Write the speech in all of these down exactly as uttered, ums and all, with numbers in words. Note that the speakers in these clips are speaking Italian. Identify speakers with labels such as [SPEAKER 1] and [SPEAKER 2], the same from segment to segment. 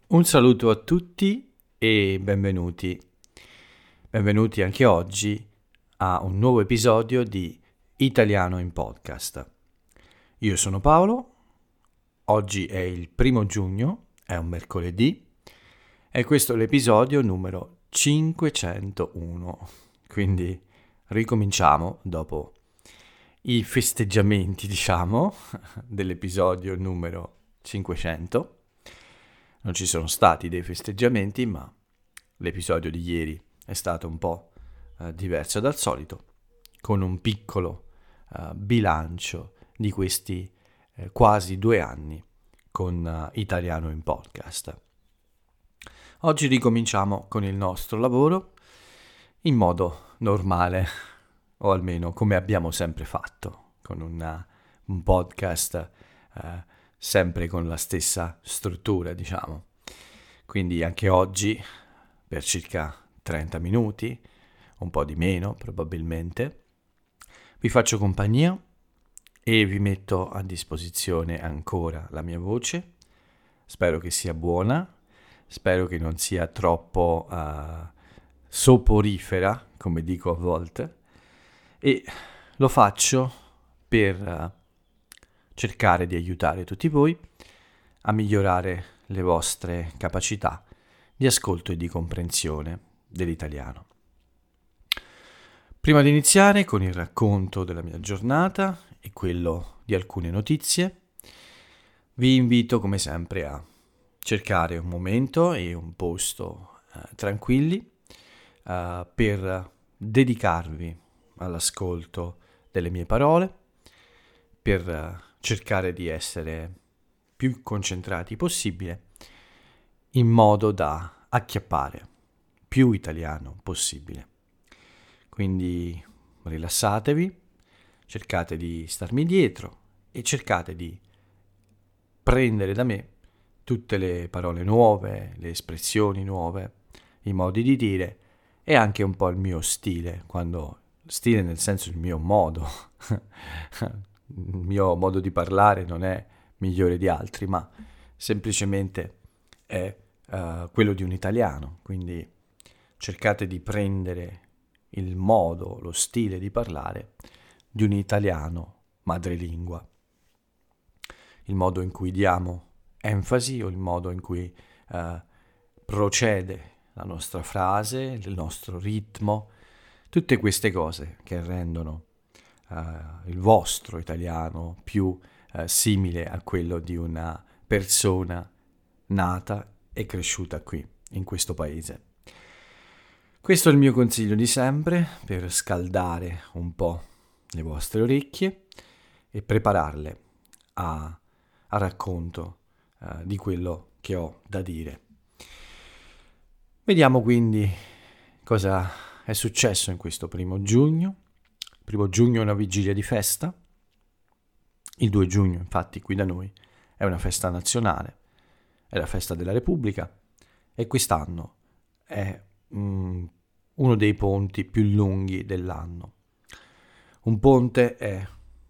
[SPEAKER 1] Un saluto a tutti e benvenuti. Benvenuti anche oggi a un nuovo episodio di Italiano in Podcast. Io sono Paolo, oggi è il primo giugno, è un mercoledì e questo è l'episodio numero cinquecentouno. Quindi ricominciamo dopo i festeggiamenti, diciamo, dell'episodio numero cinquecento. Non ci sono stati dei festeggiamenti, ma l'episodio di ieri è stato un po' eh, diverso dal solito, con un piccolo eh, bilancio di questi eh, quasi due anni con eh, Italiano in Podcast. Oggi ricominciamo con il nostro lavoro in modo normale, o almeno come abbiamo sempre fatto, con una, un podcast eh, sempre con la stessa struttura, diciamo. Quindi anche oggi, per circa trenta minuti, un po' di meno probabilmente, vi faccio compagnia e vi metto a disposizione ancora la mia voce. Spero che sia buona, spero che non sia troppo uh, soporifera, come dico a volte, e lo faccio per uh, cercare di aiutare tutti voi a migliorare le vostre capacità di ascolto e di comprensione dell'italiano. Prima di iniziare con il racconto della mia giornata e quello di alcune notizie, vi invito come sempre a cercare un momento e un posto eh, tranquilli eh, per dedicarvi all'ascolto delle mie parole, per eh, cercare di essere più concentrati possibile, in modo da acchiappare più italiano possibile. Quindi rilassatevi, cercate di starmi dietro e cercate di prendere da me tutte le parole nuove, le espressioni nuove, i modi di dire e anche un po' il mio stile, quando stile nel senso il mio modo, il mio modo di parlare non è migliore di altri, ma semplicemente è uh, quello di un italiano, quindi cercate di prendere il modo, lo stile di parlare di un italiano madrelingua, il modo in cui diamo enfasi o il modo in cui uh, procede la nostra frase, il nostro ritmo, tutte queste cose che rendono uh, il vostro italiano più Uh, simile a quello di una persona nata e cresciuta qui, in questo paese. Questo è il mio consiglio di sempre per scaldare un po' le vostre orecchie e prepararle a, a racconto uh, di quello che ho da dire. Vediamo quindi cosa è successo in questo primo giugno. Primo giugno è una vigilia di festa. Il due giugno, infatti, qui da noi è una festa nazionale, è la festa della Repubblica e quest'anno è mm, uno dei ponti più lunghi dell'anno. Un ponte è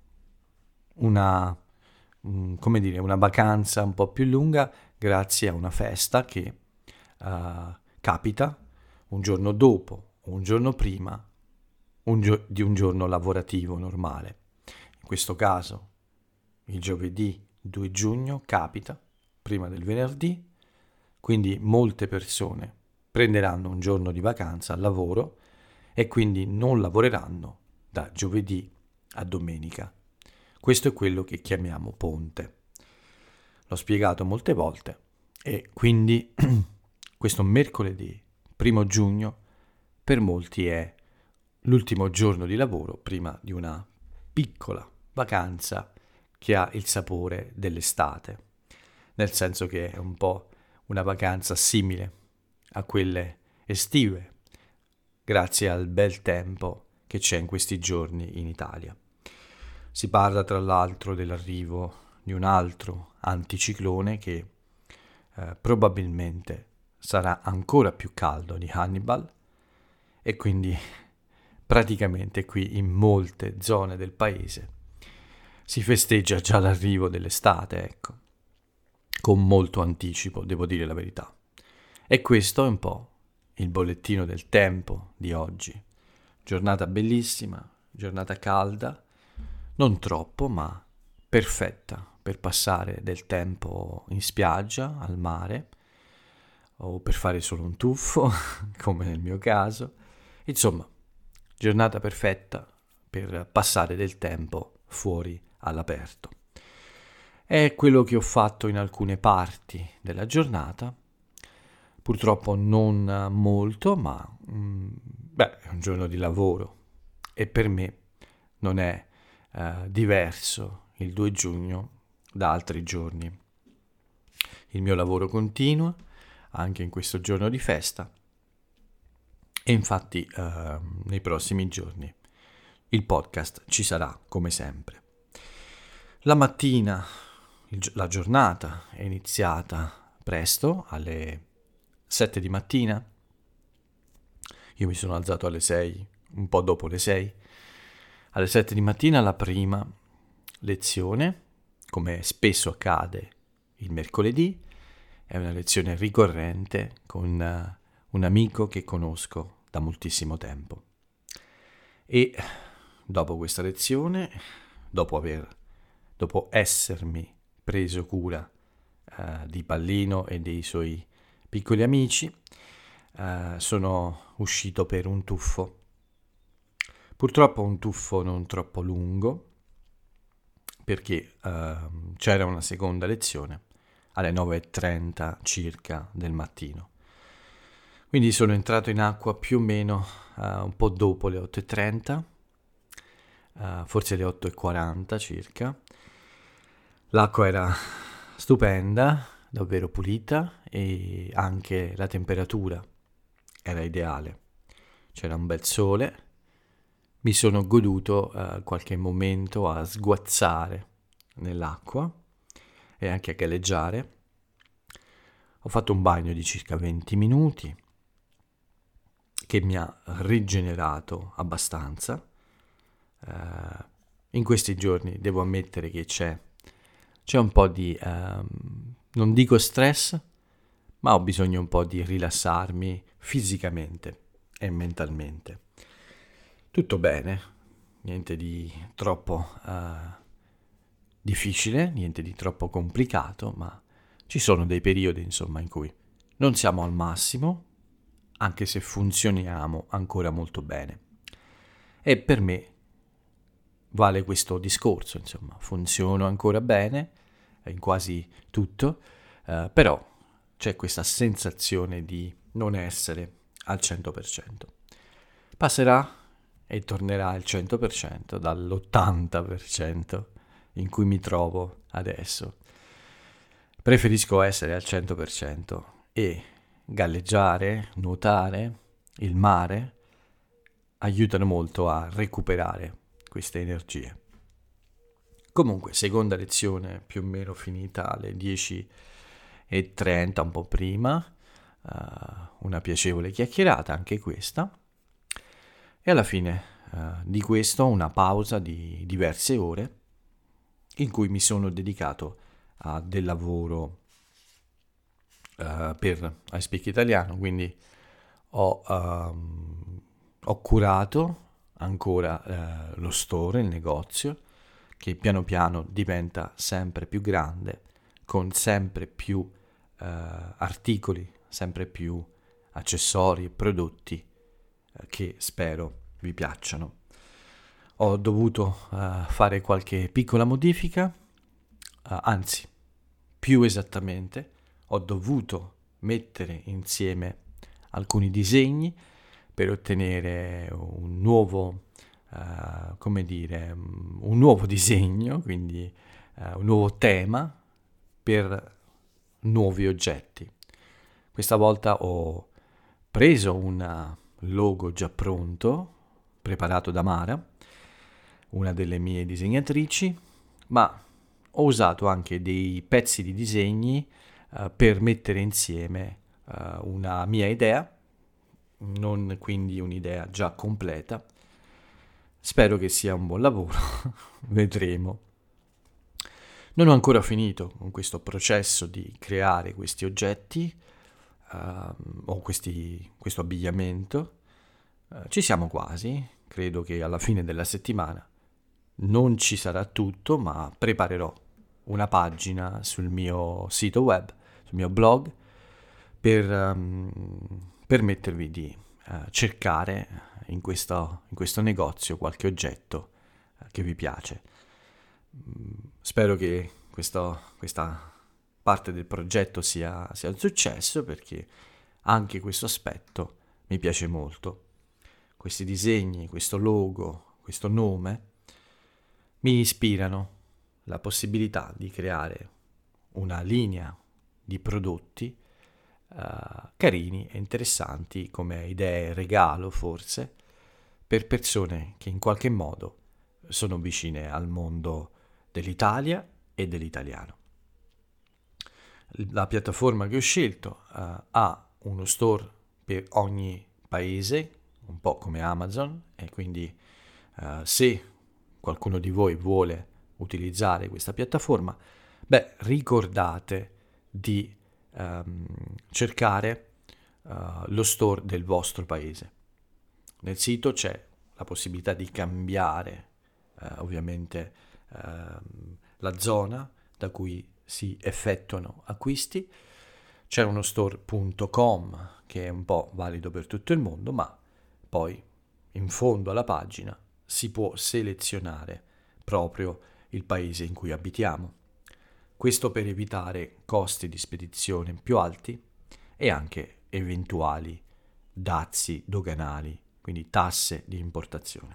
[SPEAKER 1] una, mm, come dire, una vacanza un po' più lunga grazie a una festa che uh, capita un giorno dopo o un giorno prima un gio- di un giorno lavorativo normale. In questo caso il giovedì due giugno capita prima del venerdì, quindi molte persone prenderanno un giorno di vacanza al lavoro e quindi non lavoreranno da giovedì a domenica. Questo è quello che chiamiamo ponte. L'ho spiegato molte volte e quindi questo mercoledì primo giugno per molti è l'ultimo giorno di lavoro prima di una piccola vacanza che ha il sapore dell'estate, nel senso che è un po' una vacanza simile a quelle estive, grazie al bel tempo che c'è in questi giorni in Italia. Si parla tra l'altro dell'arrivo di un altro anticiclone che eh, probabilmente sarà ancora più caldo di Hannibal e quindi praticamente qui in molte zone del paese si festeggia già l'arrivo dell'estate, ecco. con molto anticipo, devo dire la verità. E questo è un po' il bollettino del tempo di oggi. Giornata bellissima, giornata calda, non troppo, ma perfetta per passare del tempo in spiaggia, al mare, o per fare solo un tuffo, come nel mio caso. Insomma, giornata perfetta per passare del tempo fuori all'aperto. È quello che ho fatto in alcune parti della giornata, purtroppo non molto, ma mm, beh, è un giorno di lavoro e per me non è eh, diverso il due giugno da altri giorni. Il mio lavoro continua anche in questo giorno di festa e infatti eh, nei prossimi giorni il podcast ci sarà come sempre. La mattina, il, la giornata è iniziata presto, alle sette di mattina. Io mi sono alzato alle sei, un po' dopo le sei. Alle sette di mattina la prima lezione, come spesso accade il mercoledì, è una lezione ricorrente con uh, un amico che conosco da moltissimo tempo. E dopo questa lezione, dopo aver, dopo essermi preso cura uh, di Pallino e dei suoi piccoli amici, uh, sono uscito per un tuffo. Purtroppo un tuffo non troppo lungo, perché uh, c'era una seconda lezione alle nove e trenta circa del mattino. Quindi sono entrato in acqua più o meno uh, un po' dopo le otto e trenta, uh, forse le otto e quaranta circa. L'acqua era stupenda, davvero pulita, e anche la temperatura era ideale. C'era un bel sole. Mi sono goduto uh, qualche momento a sguazzare nell'acqua e anche a galleggiare. Ho fatto un bagno di circa venti minuti che mi ha rigenerato abbastanza. Uh, in questi giorni devo ammettere che c'è, c'è un po' di, uh, non dico stress, ma ho bisogno un po' di rilassarmi fisicamente e mentalmente. Tutto bene, niente di troppo uh, difficile, niente di troppo complicato, ma ci sono dei periodi, insomma, in cui non siamo al massimo, anche se funzioniamo ancora molto bene. E per me vale questo discorso, insomma, funziono ancora bene in quasi tutto, uh, però c'è questa sensazione di non essere al cento per cento. Passerà e tornerà al cento per cento dall'ottanta per cento in cui mi trovo adesso. Preferisco essere al cento per cento e galleggiare, nuotare, il mare aiutano molto a recuperare queste energie. Comunque, seconda lezione più o meno finita alle dieci e trenta, un po' prima, uh, una piacevole chiacchierata anche questa. E alla fine uh, di questo una pausa di diverse ore in cui mi sono dedicato a del lavoro uh, per iSpeak Italiano, quindi ho, um, ho curato ancora uh, lo store, il negozio, che piano piano diventa sempre più grande, con sempre più uh, articoli, sempre più accessori e prodotti che spero vi piacciono. Ho dovuto uh, fare qualche piccola modifica, uh, anzi, più esattamente, ho dovuto mettere insieme alcuni disegni per ottenere un nuovo, uh, come dire, un nuovo disegno, quindi uh, un nuovo tema per nuovi oggetti. Questa volta ho preso una logo già pronto, preparato da Mara, una delle mie disegnatrici, ma ho usato anche dei pezzi di disegni uh, per mettere insieme uh, una mia idea, non quindi un'idea già completa. Spero che sia un buon lavoro, vedremo. Non ho ancora finito con questo processo di creare questi oggetti uh, o questi, questo abbigliamento. Uh, ci siamo quasi, credo che alla fine della settimana non ci sarà tutto, ma preparerò una pagina sul mio sito web, sul mio blog, per um, permettervi di uh, cercare in questo, in questo negozio qualche oggetto uh, che vi piace. Spero che questo, questa parte del progetto sia, sia un successo, perché anche questo aspetto mi piace molto. Questi disegni, questo logo, questo nome mi ispirano la possibilità di creare una linea di prodotti uh, carini e interessanti come idee regalo, forse, per persone che in qualche modo sono vicine al mondo dell'Italia e dell'italiano. La piattaforma che ho scelto uh, ha uno store per ogni paese, un po' come Amazon, e quindi uh, se qualcuno di voi vuole utilizzare questa piattaforma, beh, ricordate di um, cercare uh, lo store del vostro paese. Nel sito c'è la possibilità di cambiare uh, ovviamente uh, la zona da cui si effettuano acquisti. C'è uno store punto com che è un po' valido per tutto il mondo, ma poi in fondo alla pagina si può selezionare proprio il paese in cui abitiamo. Questo per evitare costi di spedizione più alti e anche eventuali dazi doganali, quindi tasse di importazione.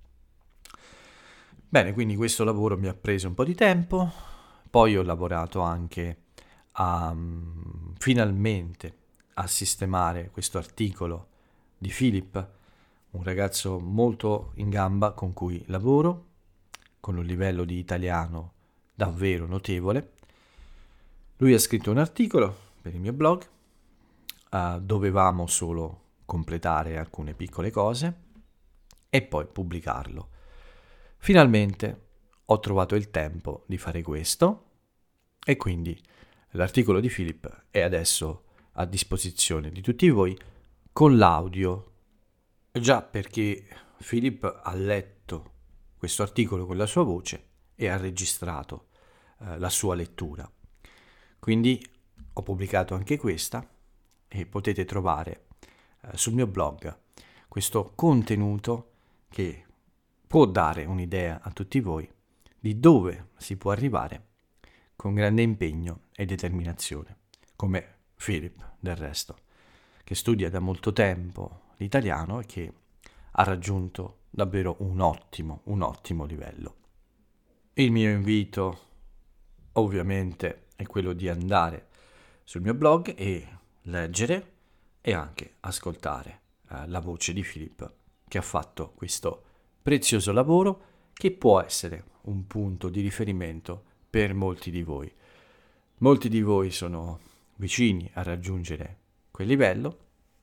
[SPEAKER 1] Bene, quindi questo lavoro mi ha preso un po' di tempo, poi ho lavorato anche a um, finalmente a sistemare questo articolo di Philip, un ragazzo molto in gamba con cui lavoro, con un livello di italiano davvero notevole. Lui ha scritto un articolo per il mio blog, uh, dovevamo solo completare alcune piccole cose e poi pubblicarlo. Finalmente ho trovato il tempo di fare questo e quindi l'articolo di Philip è adesso a disposizione di tutti voi con l'audio, già perché Philip ha letto questo articolo con la sua voce e ha registrato eh, la sua lettura. Quindi ho pubblicato anche questa e potete trovare eh, sul mio blog questo contenuto che può dare un'idea a tutti voi di dove si può arrivare con grande impegno e determinazione, come Philip del resto, che studia da molto tempo l'italiano e che ha raggiunto davvero un ottimo, un ottimo livello. Il mio invito ovviamente è quello di andare sul mio blog e leggere e anche ascoltare eh, la voce di Philip, che ha fatto questo prezioso lavoro che può essere un punto di riferimento per molti di voi. Molti di voi sono vicini a raggiungere quel livello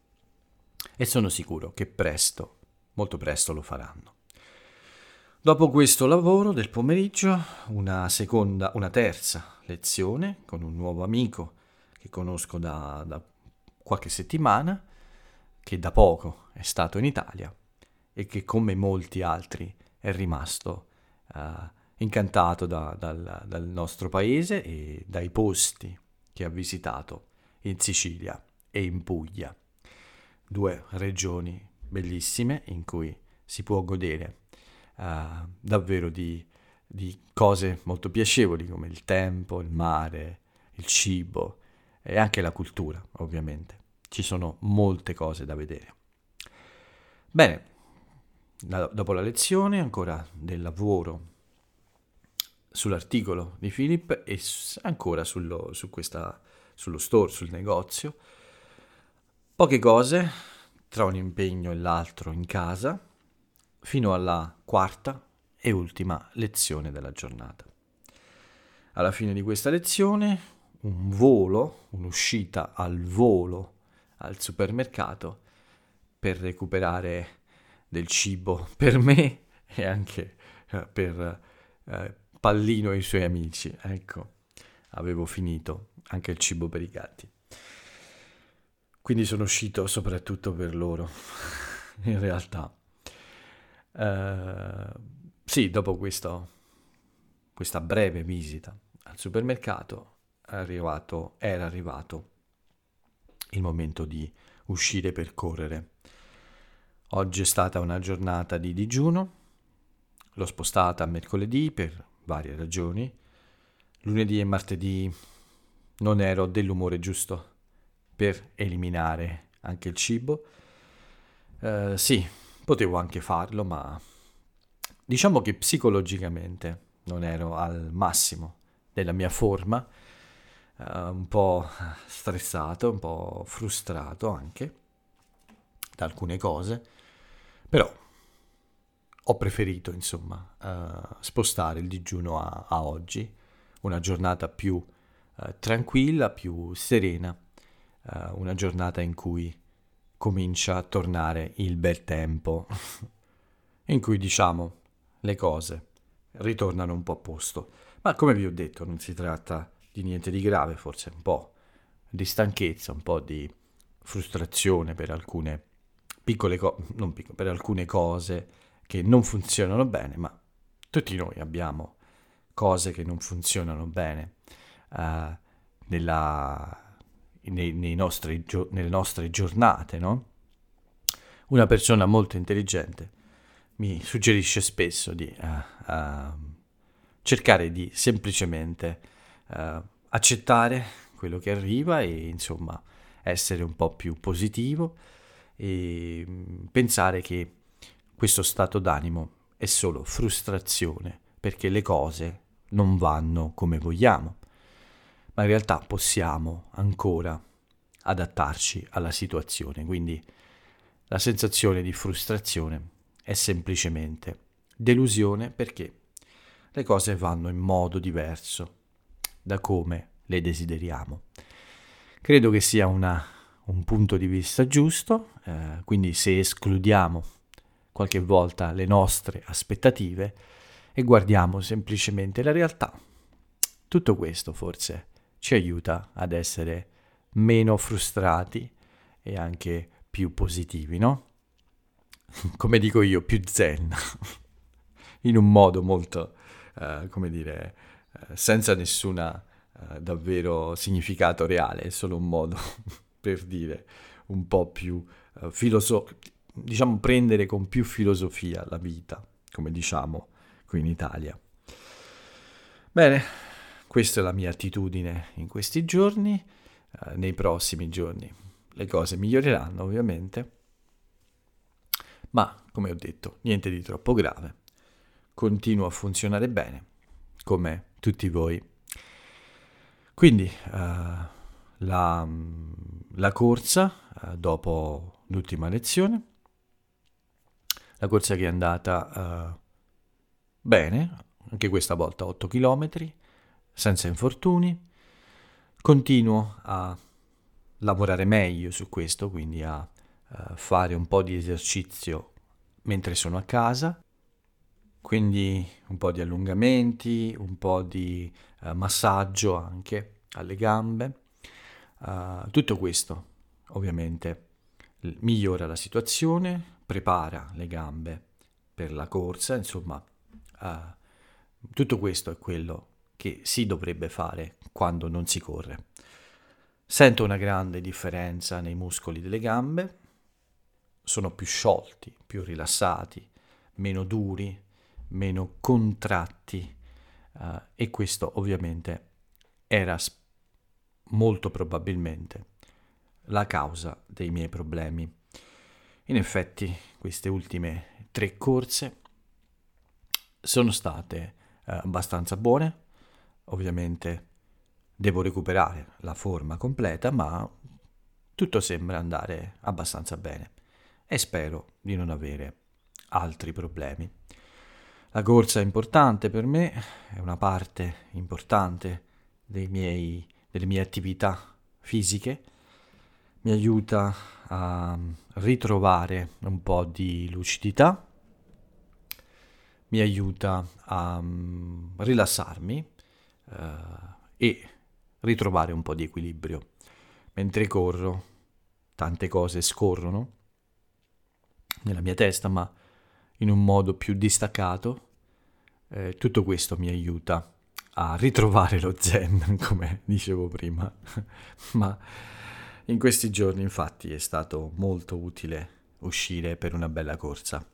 [SPEAKER 1] e sono sicuro che presto, molto presto lo faranno. Dopo questo lavoro del pomeriggio, una seconda, una terza lezione con un nuovo amico che conosco da, da qualche settimana, che da poco è stato in Italia e che come molti altri è rimasto uh, incantato da, dal, dal nostro paese e dai posti che ha visitato in Sicilia e in Puglia, due regioni bellissime in cui si può godere uh, davvero di, di cose molto piacevoli come il tempo, il mare, il cibo e anche la cultura, ovviamente. Ci sono molte cose da vedere. Bene, la, dopo la lezione ancora del lavoro sull'articolo di Philip e ancora sullo, su questa, sullo store, sul negozio. Poche cose tra un impegno e l'altro in casa, fino alla quarta e ultima lezione della giornata. Alla fine di questa lezione, un volo, un'uscita al volo al supermercato per recuperare del cibo per me e anche per, eh, Pallino e i suoi amici. Ecco, avevo finito anche il cibo per i gatti. Quindi sono uscito soprattutto per loro, in realtà. Eh, sì, dopo questo, questa breve visita al supermercato è arrivato, era arrivato il momento di uscire per correre. Oggi è stata una giornata di digiuno, l'ho spostata a mercoledì per varie ragioni. Lunedì e martedì non ero dell'umore giusto per eliminare anche il cibo. Eh, sì, potevo anche farlo, ma diciamo che psicologicamente non ero al massimo della mia forma, eh, un po' stressato, un po' frustrato anche da alcune cose, però ho preferito, insomma, eh, spostare il digiuno a, a oggi, una giornata più eh, tranquilla, più serena, eh, una giornata in cui comincia a tornare il bel tempo, in cui, diciamo, le cose ritornano un po' a posto. Ma come vi ho detto, non si tratta di niente di grave, forse un po' di stanchezza, un po' di frustrazione per alcune piccole cose, non piccole, per alcune cose che non funzionano bene, ma tutti noi abbiamo cose che non funzionano bene eh, nella, nei, nei nostri, gio- nelle nostre giornate, no? Una persona molto intelligente mi suggerisce spesso di uh, uh, cercare di semplicemente uh, accettare quello che arriva e insomma essere un po' più positivo e mm, pensare che questo stato d'animo è solo frustrazione perché le cose non vanno come vogliamo, ma in realtà possiamo ancora adattarci alla situazione, quindi la sensazione di frustrazione è semplicemente delusione perché le cose vanno in modo diverso da come le desideriamo. Credo che sia una, un punto di vista giusto, eh, quindi se escludiamo qualche volta le nostre aspettative e guardiamo semplicemente la realtà, tutto questo forse ci aiuta ad essere meno frustrati e anche più positivi, no? Come dico io, più zen, in un modo molto, eh, come dire, eh, senza nessuna eh, davvero significato reale, è solo un modo per dire un po' più eh, filosofico, diciamo prendere con più filosofia la vita, come diciamo qui in Italia. Bene, questa è la mia attitudine in questi giorni, eh, nei prossimi giorni le cose miglioreranno ovviamente, ma come ho detto, niente di troppo grave. Continuo a funzionare bene, come tutti voi. Quindi uh, la, la corsa, uh, dopo l'ultima lezione, la corsa che è andata uh, bene, anche questa volta otto chilometri, senza infortuni. Continuo a lavorare meglio su questo, quindi a uh, fare un po' di esercizio mentre sono a casa, quindi un po' di allungamenti, un po' di uh, massaggio anche alle gambe. Uh, tutto questo ovviamente migliora la situazione, prepara le gambe per la corsa, insomma, uh, tutto questo è quello che si dovrebbe fare quando non si corre. Sento una grande differenza nei muscoli delle gambe, sono più sciolti, più rilassati, meno duri, meno contratti uh, e questo ovviamente era sp- molto probabilmente la causa dei miei problemi. In effetti queste ultime tre corse sono state uh, abbastanza buone, ovviamente devo recuperare la forma completa, ma tutto sembra andare abbastanza bene e spero di non avere altri problemi. La corsa è importante per me, è una parte importante dei miei, delle mie attività fisiche, mi aiuta a ritrovare un po' di lucidità, mi aiuta a um, rilassarmi uh, e ritrovare un po' di equilibrio. Mentre corro, tante cose scorrono nella mia testa, ma in un modo più distaccato. Eh, tutto questo mi aiuta a ritrovare lo zen, come dicevo prima. Ma in questi giorni, infatti, è stato molto utile uscire per una bella corsa.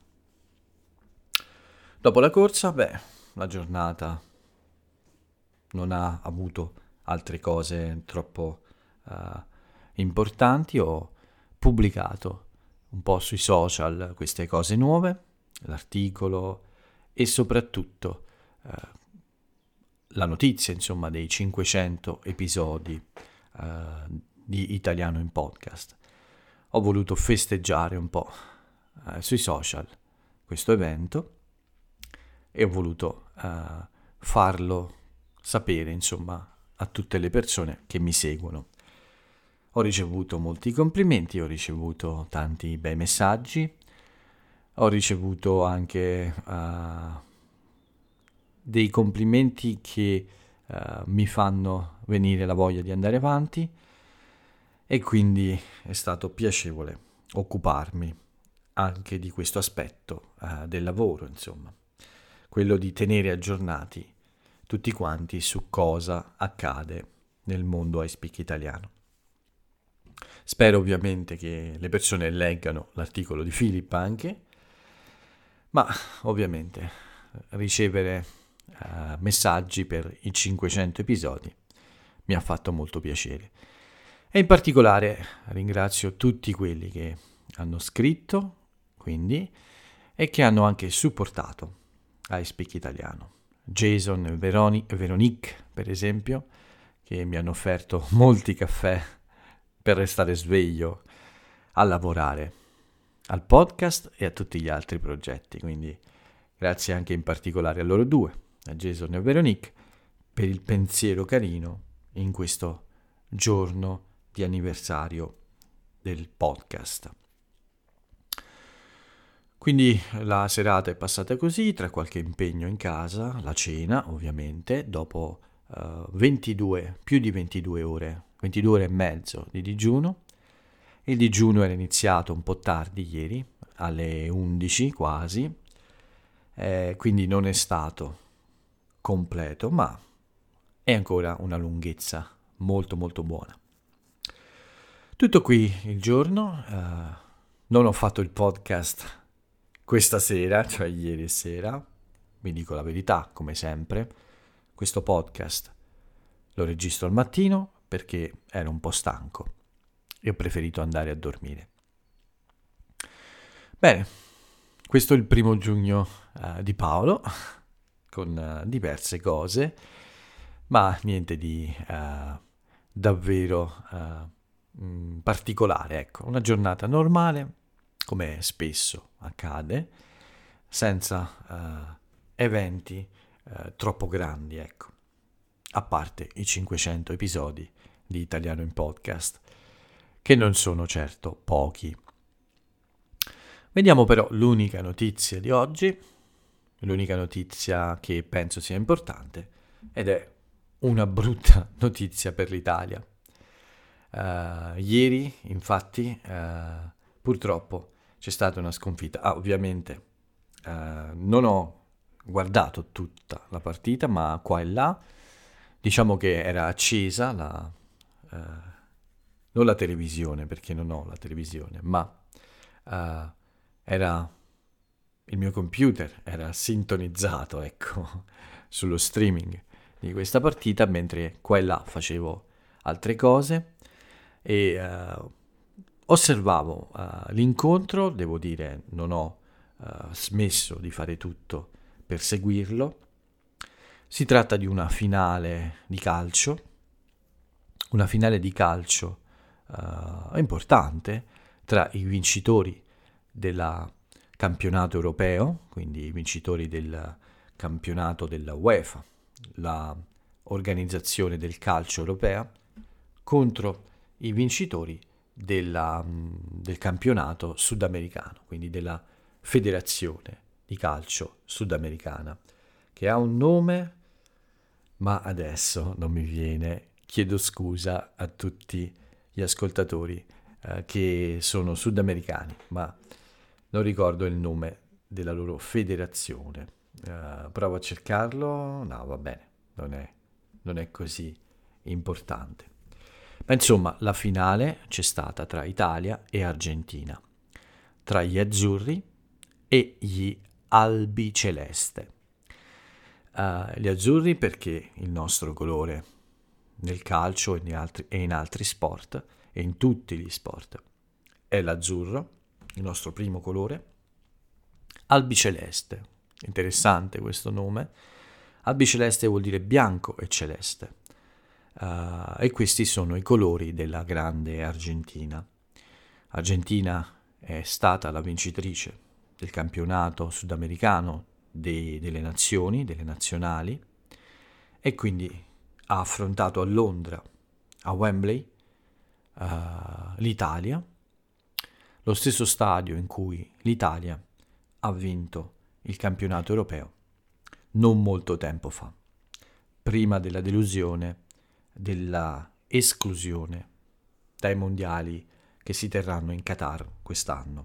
[SPEAKER 1] Dopo la corsa, beh, la giornata non ha avuto altre cose troppo uh, importanti. Ho pubblicato un po' sui social queste cose nuove, l'articolo e soprattutto uh, la notizia, insomma, dei cinquecento episodi uh, di Italiano in Podcast. Ho voluto festeggiare un po' uh, sui social questo evento e ho voluto uh, farlo sapere, insomma, a tutte le persone che mi seguono. Ho ricevuto molti complimenti, ho ricevuto tanti bei messaggi, ho ricevuto anche uh, dei complimenti che uh, mi fanno venire la voglia di andare avanti, e quindi è stato piacevole occuparmi anche di questo aspetto uh, del lavoro, insomma, quello di tenere aggiornati tutti quanti su cosa accade nel mondo iSpeak italiano. Spero ovviamente che le persone leggano l'articolo di Philip anche, ma ovviamente ricevere uh, messaggi per i cinquecento episodi mi ha fatto molto piacere. E in particolare ringrazio tutti quelli che hanno scritto, quindi, e che hanno anche supportato iSpeak italiano. Jason e Veroni- Veronique, per esempio, che mi hanno offerto molti caffè per restare sveglio a lavorare al podcast e a tutti gli altri progetti. Quindi grazie anche in particolare a loro due, a Jason e a Veronique, per il pensiero carino in questo giorno di anniversario del podcast. Quindi la serata è passata così, tra qualche impegno in casa, la cena ovviamente, dopo uh, ventidue, più di ventidue ore, ventidue ore e mezzo di digiuno. Il digiuno era iniziato un po' tardi ieri, alle undici quasi, eh, quindi non è stato completo, ma è ancora una lunghezza molto molto buona. Tutto qui il giorno, uh, non ho fatto il podcast questa sera, cioè ieri sera, vi dico la verità, come sempre, questo podcast lo registro al mattino perché ero un po' stanco e ho preferito andare a dormire. Bene, questo è il primo giugno uh, di Paolo, con uh, diverse cose, ma niente di uh, davvero uh, mh, particolare, ecco, una giornata normale, come spesso accade, senza uh, eventi uh, troppo grandi, ecco, a parte i cinquecento episodi di Italiano in Podcast, che non sono certo pochi. Vediamo però l'unica notizia di oggi, l'unica notizia che penso sia importante, ed è una brutta notizia per l'Italia. Uh, ieri, infatti, uh, purtroppo c'è stata una sconfitta. Ah, ovviamente uh, non ho guardato tutta la partita, ma qua e là, diciamo che era accesa la, uh, non la televisione, perché non ho la televisione, ma uh, era il mio computer, era sintonizzato, ecco, sullo streaming di questa partita, mentre qua e là facevo altre cose e uh, osservavo uh, l'incontro. Devo dire, non ho uh, smesso di fare tutto per seguirlo. Si tratta di una finale di calcio, una finale di calcio uh, importante tra i vincitori del campionato europeo, quindi i vincitori del campionato della UEFA, la organizzazione del calcio europea, contro i vincitori della, del campionato sudamericano, quindi della federazione di calcio sudamericana, che ha un nome, ma adesso non mi viene. Chiedo scusa a tutti gli ascoltatori eh, che sono sudamericani, ma non ricordo il nome della loro federazione. Uh, provo a cercarlo. No, va bene, non è, non è così importante. Ma insomma, la finale c'è stata tra Italia e Argentina, tra gli azzurri e gli albiceleste. Uh, gli azzurri perché il nostro colore nel calcio e in altri, e in altri sport, e in tutti gli sport, è l'azzurro, il nostro primo colore. Albiceleste, interessante questo nome. Albiceleste vuol dire bianco e celeste. Uh, e questi sono i colori della grande Argentina. Argentina è stata la vincitrice del campionato sudamericano dei, delle nazioni, delle nazionali, e quindi ha affrontato a Londra, a Wembley, uh, l'Italia, lo stesso stadio in cui l'Italia ha vinto il campionato europeo non molto tempo fa, prima della delusione della esclusione dai mondiali che si terranno in Qatar quest'anno.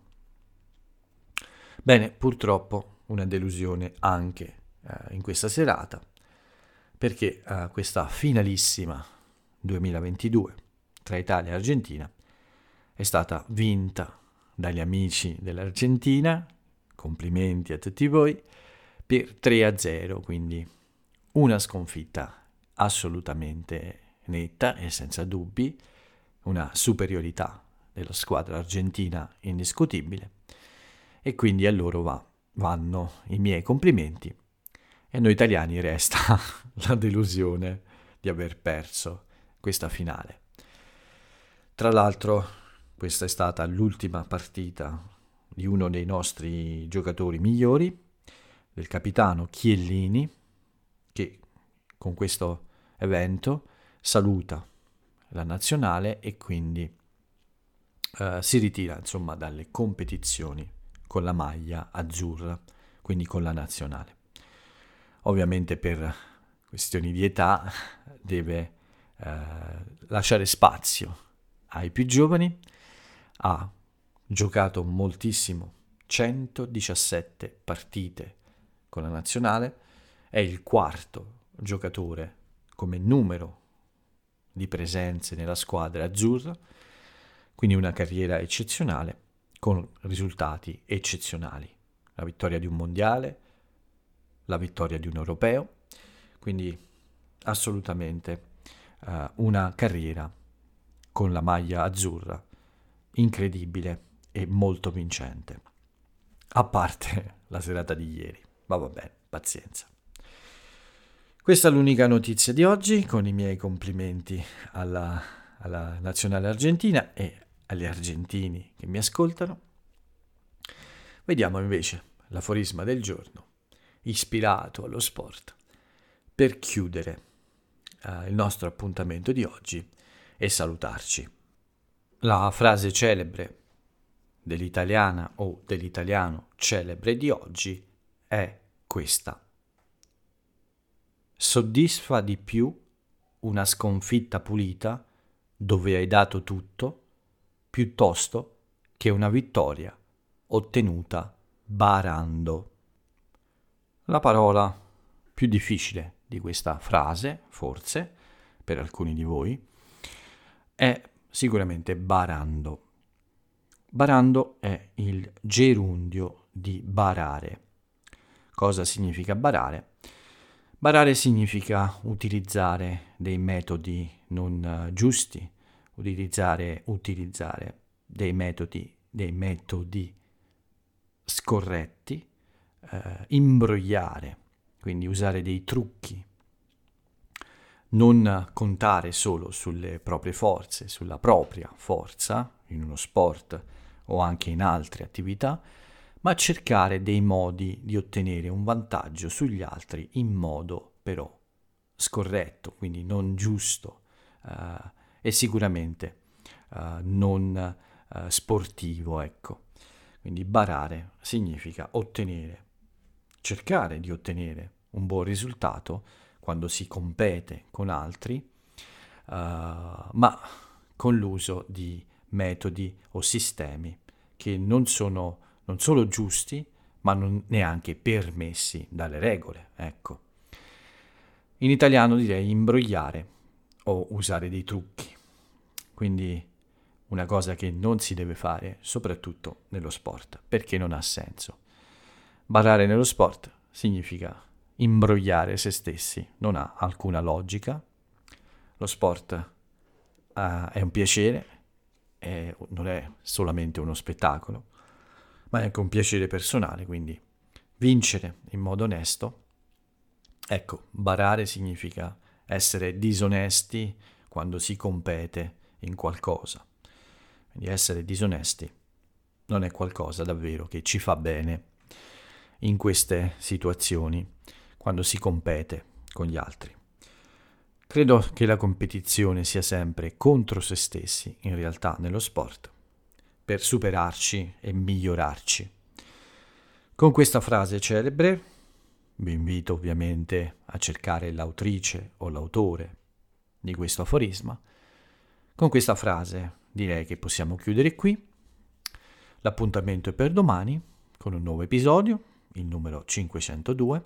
[SPEAKER 1] Bene, purtroppo una delusione anche eh, in questa serata, perché eh, questa finalissima duemilaventidue tra Italia e Argentina è stata vinta dagli amici dell'Argentina, complimenti a tutti voi, per tre a zero, quindi una sconfitta assolutamente netta e senza dubbi, una superiorità della squadra argentina indiscutibile, e quindi a loro va, vanno i miei complimenti, e a noi italiani resta la delusione di aver perso questa finale. Tra l'altro questa è stata l'ultima partita di uno dei nostri giocatori migliori, del capitano Chiellini, che con questo evento saluta la nazionale e quindi eh, si ritira insomma dalle competizioni con la maglia azzurra, quindi con la nazionale. Ovviamente per questioni di età deve eh, lasciare spazio ai più giovani. Ha giocato moltissimo, centodiciassette partite con la nazionale, è il quarto giocatore come numero di presenze nella squadra azzurra, quindi una carriera eccezionale con risultati eccezionali. La vittoria di un mondiale, la vittoria di un europeo, quindi assolutamente uh, una carriera con la maglia azzurra incredibile e molto vincente. A parte la serata di ieri, ma va bene, pazienza. Questa è l'unica notizia di oggi, con i miei complimenti alla, alla nazionale argentina e agli argentini che mi ascoltano. Vediamo invece l'aforisma del giorno, ispirato allo sport, per chiudere uh, il nostro appuntamento di oggi e salutarci. La frase celebre dell'italiana o dell'italiano celebre di oggi è questa: soddisfa di più una sconfitta pulita dove hai dato tutto piuttosto che una vittoria ottenuta barando. La parola più difficile di questa frase, forse, per alcuni di voi, è sicuramente barando. Barando è il gerundio di barare. Cosa significa barare? Barare significa utilizzare dei metodi non giusti, utilizzare, utilizzare dei metodi, dei metodi scorretti, eh, imbrogliare, quindi usare dei trucchi, non contare solo sulle proprie forze, sulla propria forza in uno sport o anche in altre attività, ma cercare dei modi di ottenere un vantaggio sugli altri in modo però scorretto, quindi non giusto uh, e sicuramente uh, non uh, sportivo, ecco. Quindi barare significa ottenere cercare di ottenere un buon risultato quando si compete con altri, uh, ma con l'uso di metodi o sistemi che non sono non solo giusti, ma non neanche permessi dalle regole, ecco. In italiano direi imbrogliare o usare dei trucchi. Quindi una cosa che non si deve fare, soprattutto nello sport, perché non ha senso. Barare nello sport significa imbrogliare se stessi, non ha alcuna logica. Lo sport uh, è un piacere, è, non è solamente uno spettacolo, ma è anche un piacere personale, quindi vincere in modo onesto. Ecco, barare significa essere disonesti quando si compete in qualcosa. Quindi essere disonesti non è qualcosa davvero che ci fa bene in queste situazioni quando si compete con gli altri. Credo che la competizione sia sempre contro se stessi, in realtà, nello sport, per superarci e migliorarci. Con questa frase celebre vi invito ovviamente a cercare l'autrice o l'autore di questo aforisma. Con questa frase direi che possiamo chiudere qui. L'appuntamento è per domani con un nuovo episodio, il numero cinquecentodue.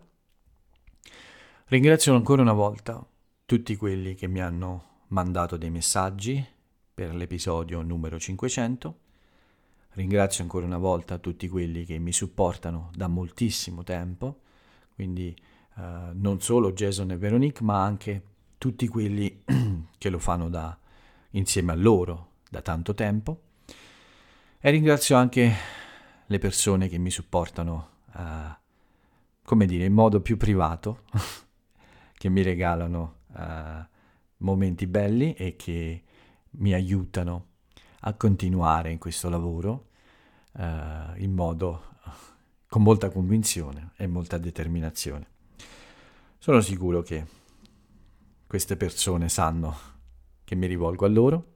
[SPEAKER 1] Ringrazio ancora una volta tutti quelli che mi hanno mandato dei messaggi per l'episodio numero cinquecento. Ringrazio ancora una volta tutti quelli che mi supportano da moltissimo tempo, quindi uh, non solo Jason e Veronique, ma anche tutti quelli che lo fanno da, insieme a loro da tanto tempo. E ringrazio anche le persone che mi supportano, uh, come dire, in modo più privato, che mi regalano uh, momenti belli e che mi aiutano a continuare in questo lavoro uh, in modo con molta convinzione e molta determinazione. Sono sicuro che queste persone sanno che mi rivolgo a loro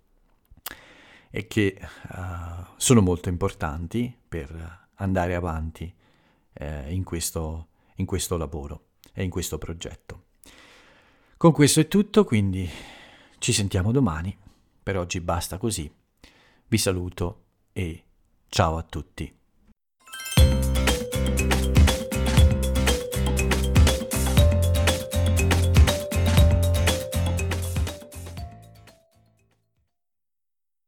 [SPEAKER 1] e che uh, sono molto importanti per andare avanti uh, in questo, in questo lavoro e in questo progetto. Con questo è tutto, quindi ci sentiamo domani. Per oggi basta così. Vi saluto e ciao a tutti.